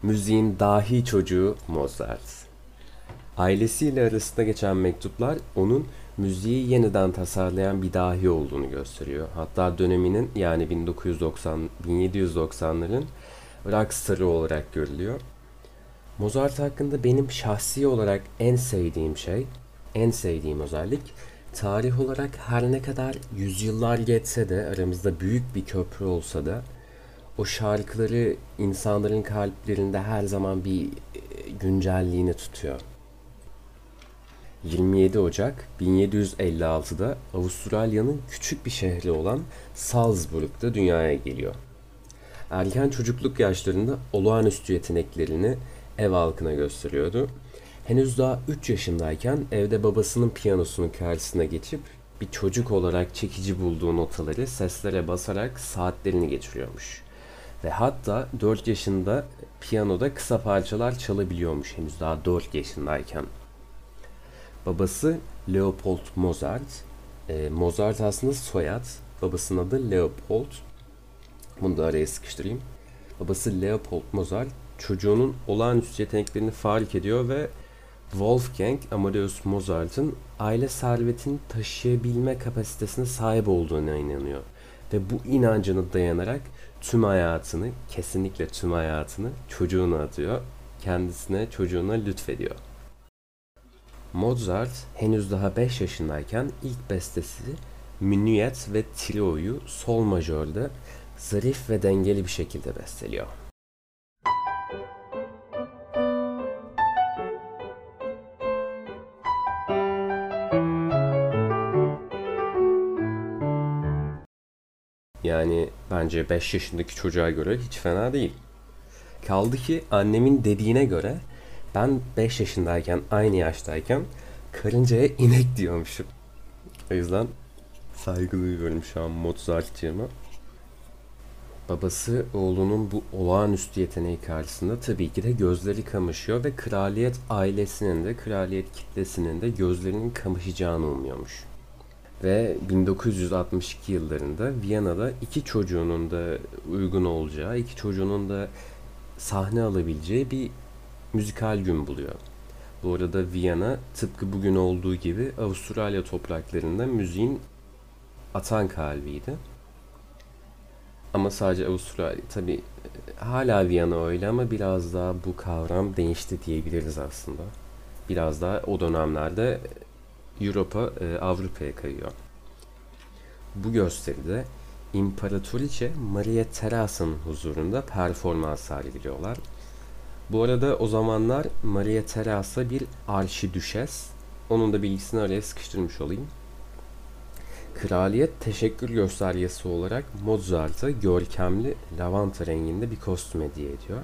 Müziğin dahi çocuğu Mozart. Ailesiyle arasında geçen mektuplar onun müziği yeniden tasarlayan bir dahi olduğunu gösteriyor. Hatta döneminin yani 1790'ların rockstarı olarak görülüyor. Mozart hakkında benim şahsi olarak en sevdiğim özellik, tarih olarak her ne kadar yüzyıllar geçse de aramızda büyük bir köprü olsa da o şarkıları insanların kalplerinde her zaman bir güncelliğini tutuyor. 27 Ocak 1756'da Avustralya'nın küçük bir şehri olan Salzburg'da dünyaya geliyor. Erken çocukluk yaşlarında olağanüstü yeteneklerini ev halkına gösteriyordu. Henüz daha 3 yaşındayken evde babasının piyanosunun karşısına geçip bir çocuk olarak çekici bulduğu notaları seslere basarak saatlerini geçiriyormuş. Ve hatta 4 yaşında piyanoda kısa parçalar çalabiliyormuş henüz daha 4 yaşındayken. Babası Leopold Mozart. Mozart aslında soyad. Babasının adı Leopold. Bunu da araya sıkıştırayım. Babası Leopold Mozart çocuğunun olağanüstü yeteneklerini fark ediyor ve Wolfgang Amadeus Mozart'ın aile servetini taşıyabilme kapasitesine sahip olduğuna inanıyor. Ve bu inancına dayanarak kesinlikle tüm hayatını çocuğuna atıyor. Çocuğuna lütfediyor. Mozart henüz daha 5 yaşındayken ilk bestesi Minuet ve Trio'yu sol majörde zarif ve dengeli bir şekilde besteliyor. Yani bence 5 yaşındaki çocuğa göre hiç fena değil. Kaldı ki annemin dediğine göre ben 5 yaşındayken, aynı yaştayken karıncaya inek diyormuşum. O yüzden saygı duyuyorum şu an Mozart'cığıma. Babası oğlunun bu olağanüstü yeteneği karşısında tabii ki de gözleri kamaşıyor ve kraliyet ailesinin de, kraliyet kitlesinin de gözlerinin kamaşacağını umuyormuş. Ve 1962 yıllarında Viyana'da iki çocuğunun da uygun olacağı, iki çocuğunun da sahne alabileceği bir müzikal gün buluyor. Bu arada Viyana tıpkı bugün olduğu gibi Avustralya topraklarında müziğin atan kalbiydi. Ama sadece Avustralya. Tabi hala Viyana öyle ama biraz daha bu kavram değişti diyebiliriz aslında. Biraz daha o dönemlerde Avrupa'ya kayıyor. Bu gösteride İmparatoriçe Maria Teresa'nın huzurunda performans sergiliyorlar. Bu arada o zamanlar Maria Teresa bir arşidüşes. Onun da bilgisini araya sıkıştırmış olayım. Kraliyet teşekkür göstergesi olarak Mozart'a görkemli lavanta renginde bir kostüm hediye ediyor.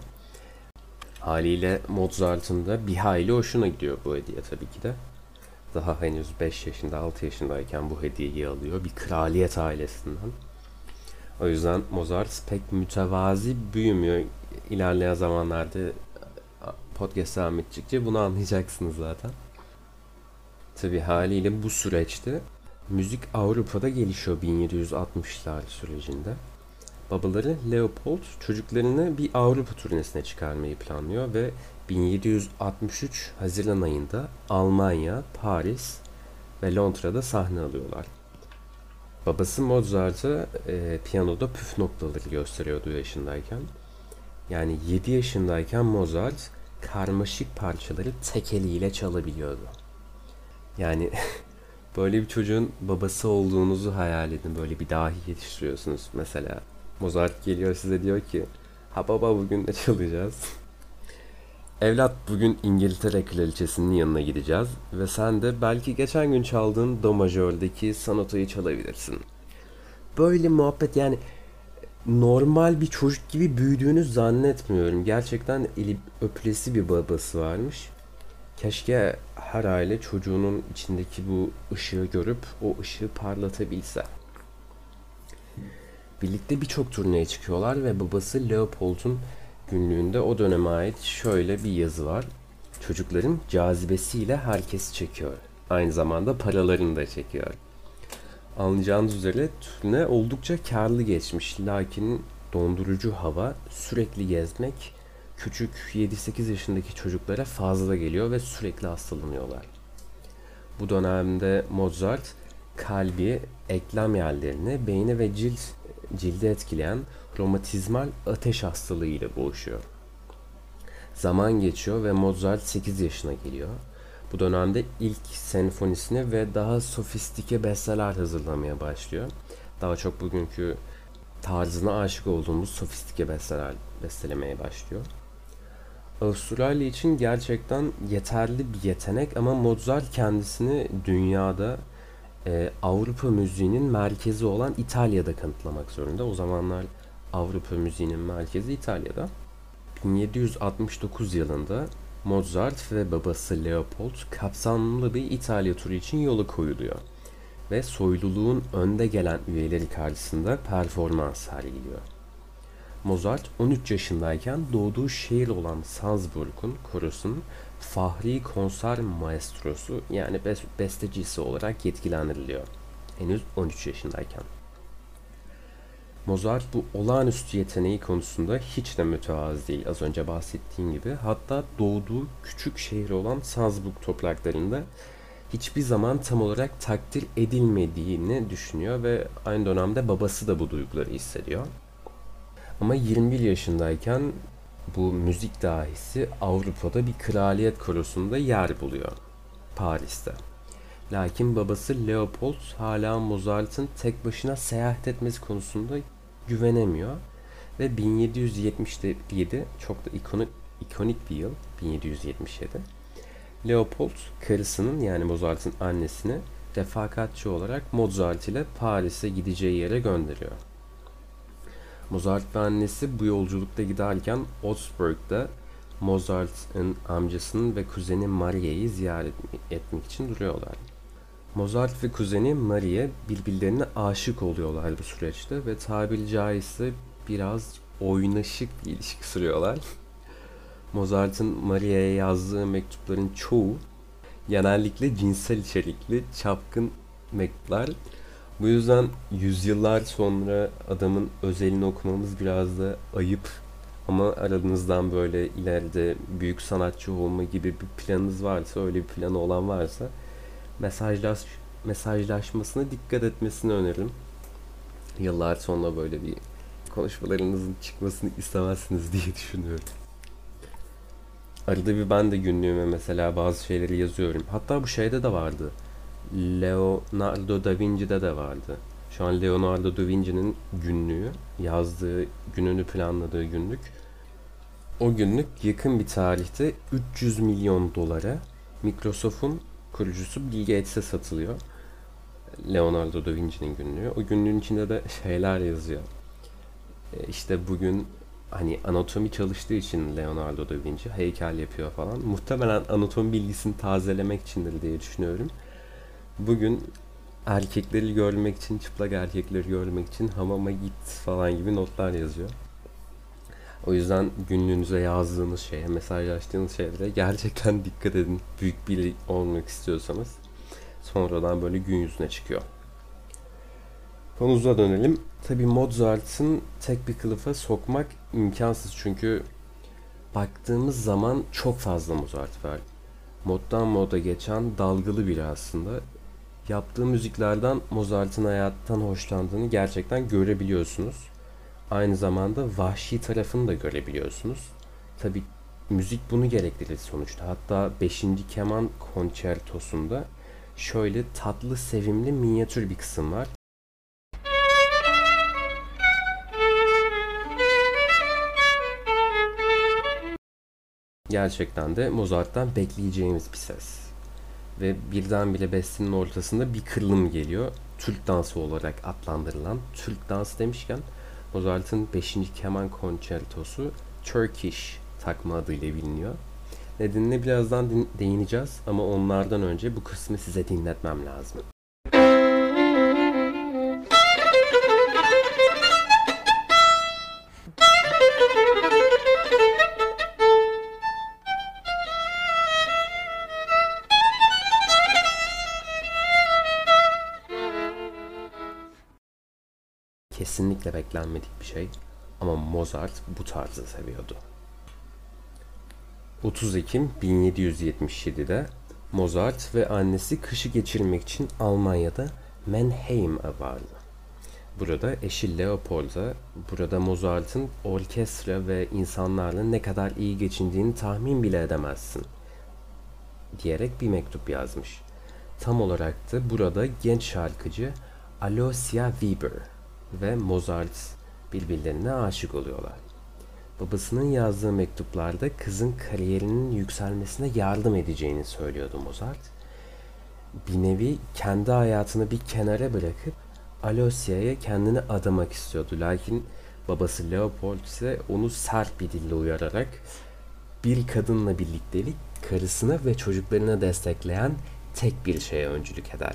Haliyle Mozart'ın da bir hayli hoşuna gidiyor bu hediye tabii ki de. Daha henüz 5 yaşında, 6 yaşındayken bu hediyeyi alıyor bir kraliyet ailesinden. O yüzden Mozart pek mütevazi büyümüyor. İlerleyen zamanlarda podcast devam edecekçe bunu anlayacaksınız zaten. Tabii haliyle bu süreçte müzik Avrupa'da gelişiyor 1760'lar sürecinde. Babaları Leopold çocuklarını bir Avrupa turnesine çıkarmayı planlıyor ve 1763 Haziran ayında Almanya, Paris ve Londra'da sahne alıyorlar. Babası Mozart'a piyanoda püf noktaları gösteriyordu yaşındayken. Yani 7 yaşındayken Mozart karmaşık parçaları tek eliyle çalabiliyordu. Yani böyle bir çocuğun babası olduğunuzu hayal edin. Böyle bir dahi yetiştiriyorsunuz mesela. Mozart geliyor size diyor ki ha baba bugün ne çalacağız? Evlat bugün İngiltere Kraliçesi'nin yanına gideceğiz ve sen de belki geçen gün çaldığın do majördeki sonatayı çalabilirsin. Böyle muhabbet yani normal bir çocuk gibi büyüdüğünü zannetmiyorum. Gerçekten eli öpülesi bir babası varmış. Keşke her aile çocuğunun içindeki bu ışığı görüp o ışığı parlatabilse. Birlikte birçok turneye çıkıyorlar ve babası Leopold'un günlüğünde o döneme ait şöyle bir yazı var. Çocukların cazibesiyle herkes çekiyor. Aynı zamanda paralarını da çekiyor. Anlayacağınız üzere turne oldukça karlı geçmiş. Lakin dondurucu hava, sürekli gezmek küçük 7-8 yaşındaki çocuklara fazla geliyor ve sürekli hastalanıyorlar. Bu dönemde Mozart kalbi, eklem yerlerini, beyni ve cildi etkileyen romatizmal ateş hastalığı ile boğuşuyor. Zaman geçiyor ve Mozart 8 yaşına geliyor. Bu dönemde ilk senfonisini ve daha sofistike besteler hazırlamaya başlıyor. Daha çok bugünkü tarzına aşık olduğumuz sofistike besteler bestelemeye başlıyor. Avustralya için gerçekten yeterli bir yetenek ama Mozart kendisini dünyada Avrupa müziğinin merkezi olan İtalya'da kanıtlamak zorunda. O zamanlar Avrupa müziğinin merkezi İtalya'da. 1769 yılında Mozart ve babası Leopold kapsamlı bir İtalya turu için yola koyuluyor ve soyluluğun önde gelen üyeleri karşısında performans sergiliyor. Mozart 13 yaşındayken doğduğu şehir olan Salzburg'un korosunun Fahri Konser Maestrosu yani bestecisi olarak yetkilendiriliyor. Henüz 13 yaşındayken. Mozart bu olağanüstü yeteneği konusunda hiç de mütevazı değil az önce bahsettiğim gibi. Hatta doğduğu küçük şehri olan Salzburg topraklarında hiçbir zaman tam olarak takdir edilmediğini düşünüyor ve aynı dönemde babası da bu duyguları hissediyor. Ama 21 yaşındayken bu müzik dahisi Avrupa'da bir kraliyet korosunda yer buluyor. Paris'te. Lakin babası Leopold hala Mozart'ın tek başına seyahat etmesi konusunda güvenemiyor. Ve 1777 çok da ikonik bir yıl 1777. Leopold karısının yani Mozart'ın annesini refakatçi olarak Mozart ile Paris'e gideceği yere gönderiyor. Mozart ve annesi bu yolculukta giderken Augsburg'da Mozart'ın amcasının ve kuzeni Maria'yı ziyaret etmek için duruyorlar. Mozart ve kuzeni Maria birbirlerine aşık oluyorlar bu süreçte ve tabiri caizse biraz oynaşık bir ilişki sürüyorlar. Mozart'ın Maria'ya yazdığı mektupların çoğu genellikle cinsel içerikli, çapkın mektuplar. Bu yüzden yüzyıllar sonra adamın özelini okumamız biraz da ayıp. Ama aranızdan böyle ileride büyük sanatçı olma gibi bir planınız varsa, öyle bir planı olan varsa mesajlaşmasına dikkat etmesini öneririm. Yıllar sonra böyle bir konuşmalarınızın çıkmasını istemezsiniz diye düşünüyorum. Arada bir ben de günlüğüme mesela bazı şeyleri yazıyorum. Hatta bu şeyde de vardı. Leonardo da Vinci'de de vardı. Şu an Leonardo da Vinci'nin günlüğü, yazdığı, gününü planladığı günlük. O günlük yakın bir tarihte 300 milyon dolara Microsoft'un kurucusu Bill Gates'e satılıyor. Leonardo da Vinci'nin günlüğü. O günlüğün içinde de şeyler yazıyor. İşte bugün hani anatomi çalıştığı için Leonardo da Vinci heykel yapıyor falan. Muhtemelen anatomi bilgisini tazelemek içindir diye düşünüyorum. Bugün erkekleri görmek için, çıplak erkekleri görmek için hamama git falan gibi notlar yazıyor. O yüzden günlüğünüze yazdığınız şeye, mesajlaştığınız şeylere gerçekten dikkat edin. Büyük biri olmak istiyorsanız sonradan böyle gün yüzüne çıkıyor. Konumuza dönelim. Tabii Mozart'ın tek bir kılıfa sokmak imkansız çünkü baktığımız zaman çok fazla Mozart var. Moddan moda geçen dalgalı biri aslında. Yaptığı müziklerden Mozart'ın hayattan hoşlandığını gerçekten görebiliyorsunuz. Aynı zamanda vahşi tarafını da görebiliyorsunuz. Tabii müzik bunu gerektirir sonuçta. Hatta 5. Keman Konçertosu'nda şöyle tatlı, sevimli, minyatür bir kısım var. Gerçekten de Mozart'tan bekleyeceğimiz bir ses. Ve birdenbire bestenin ortasında bir kırılım geliyor. Türk dansı olarak adlandırılan, Türk dansı demişken Mozart'ın 5. Keman Konçertosu Turkish takma adıyla biliniyor. Nedenine birazdan değineceğiz ama onlardan önce bu kısmı size dinletmem lazım. Kesinlikle beklenmedik bir şey ama Mozart bu tarzı seviyordu. 30 Ekim 1777'de Mozart ve annesi kışı geçirmek için Almanya'da Mannheim'e vardı. Burada eşi Leopold'a burada Mozart'ın orkestra ve insanlarla ne kadar iyi geçindiğini tahmin bile edemezsin diyerek bir mektup yazmış. Tam olarak da burada genç şarkıcı Aloysia Weber ve Mozart birbirlerine aşık oluyorlar. Babasının yazdığı mektuplarda kızın kariyerinin yükselmesine yardım edeceğini söylüyordu Mozart. Bir nevi kendi hayatını bir kenara bırakıp Aloysia'ya kendini adamak istiyordu. Lakin babası Leopold ise onu sert bir dille uyararak bir kadınla birliktelik karısına ve çocuklarına destekleyen tek bir şeye öncülük eder.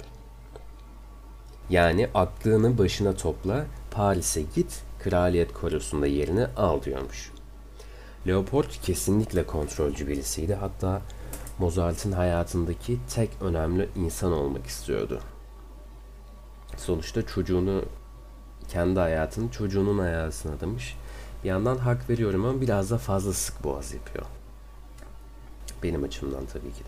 Yani aklını başına topla, Paris'e git, kraliyet korosunda yerini al diyormuş. Leopold kesinlikle kontrolcü birisiydi. Hatta Mozart'ın hayatındaki tek önemli insan olmak istiyordu. Sonuçta kendi hayatını çocuğunun hayatına adamış. Bir yandan hak veriyorum ama biraz da fazla sık boğaz yapıyor. Benim açımdan tabii ki de.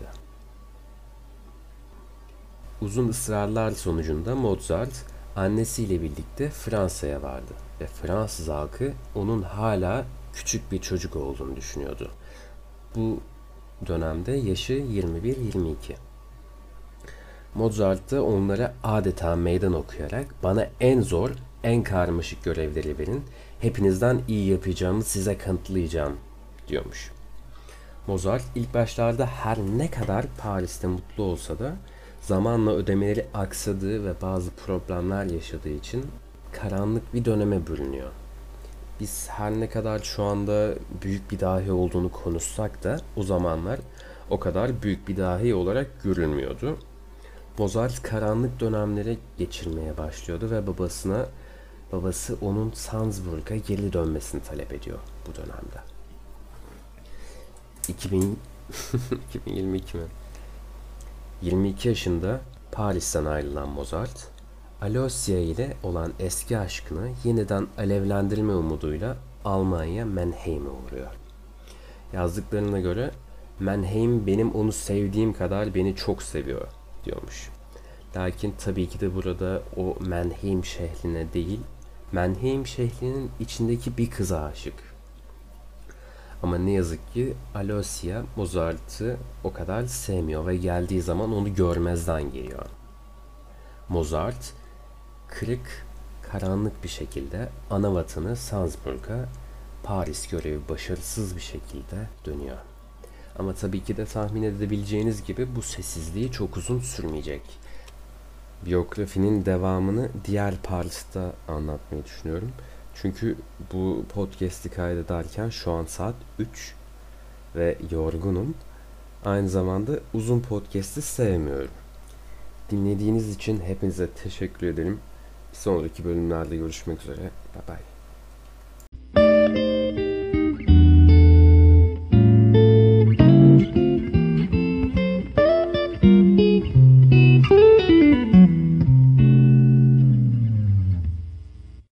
Uzun ısrarlar sonucunda Mozart annesiyle birlikte Fransa'ya vardı ve Fransız halkı onun hala küçük bir çocuk olduğunu düşünüyordu. Bu dönemde yaşı 21-22. Mozart da onlara adeta meydan okuyarak bana en zor, en karmaşık görevleri verin, hepinizden iyi yapacağımı size kanıtlayacağım diyormuş. Mozart ilk başlarda her ne kadar Paris'te mutlu olsa da zamanla ödemeleri aksadığı ve bazı problemler yaşadığı için karanlık bir döneme bürünüyor. Biz her ne kadar şu anda büyük bir dahi olduğunu konuşsak da o zamanlar o kadar büyük bir dahi olarak görülmüyordu. Mozart karanlık dönemlere geçirmeye başlıyordu ve babası onun Salzburg'a geri dönmesini talep ediyor bu dönemde. 2022 mi? 22 yaşında Paris'ten ayrılan Mozart, Aloysia ile olan eski aşkını yeniden alevlendirme umuduyla Almanya Mannheim'e uğruyor. Yazdıklarına göre Mannheim benim onu sevdiğim kadar beni çok seviyor diyormuş. Lakin tabii ki de burada o Mannheim şehrine değil, Mannheim şehrinin içindeki bir kıza aşık. Ama ne yazık ki Aloysia Mozart'ı o kadar sevmiyor ve geldiği zaman onu görmezden geliyor. Mozart kırık, karanlık bir şekilde ana vatanı Salzburg'a Paris görevi başarısız bir şekilde dönüyor. Ama tabii ki de tahmin edebileceğiniz gibi bu sessizliği çok uzun sürmeyecek. Biyografinin devamını diğer partta anlatmayı düşünüyorum. Çünkü bu podcast'i kaydederken şu an saat 3 ve yorgunum. Aynı zamanda uzun podcast'i sevmiyorum. Dinlediğiniz için hepinize teşekkür ederim. Bir sonraki bölümlerde görüşmek üzere. Bye bye.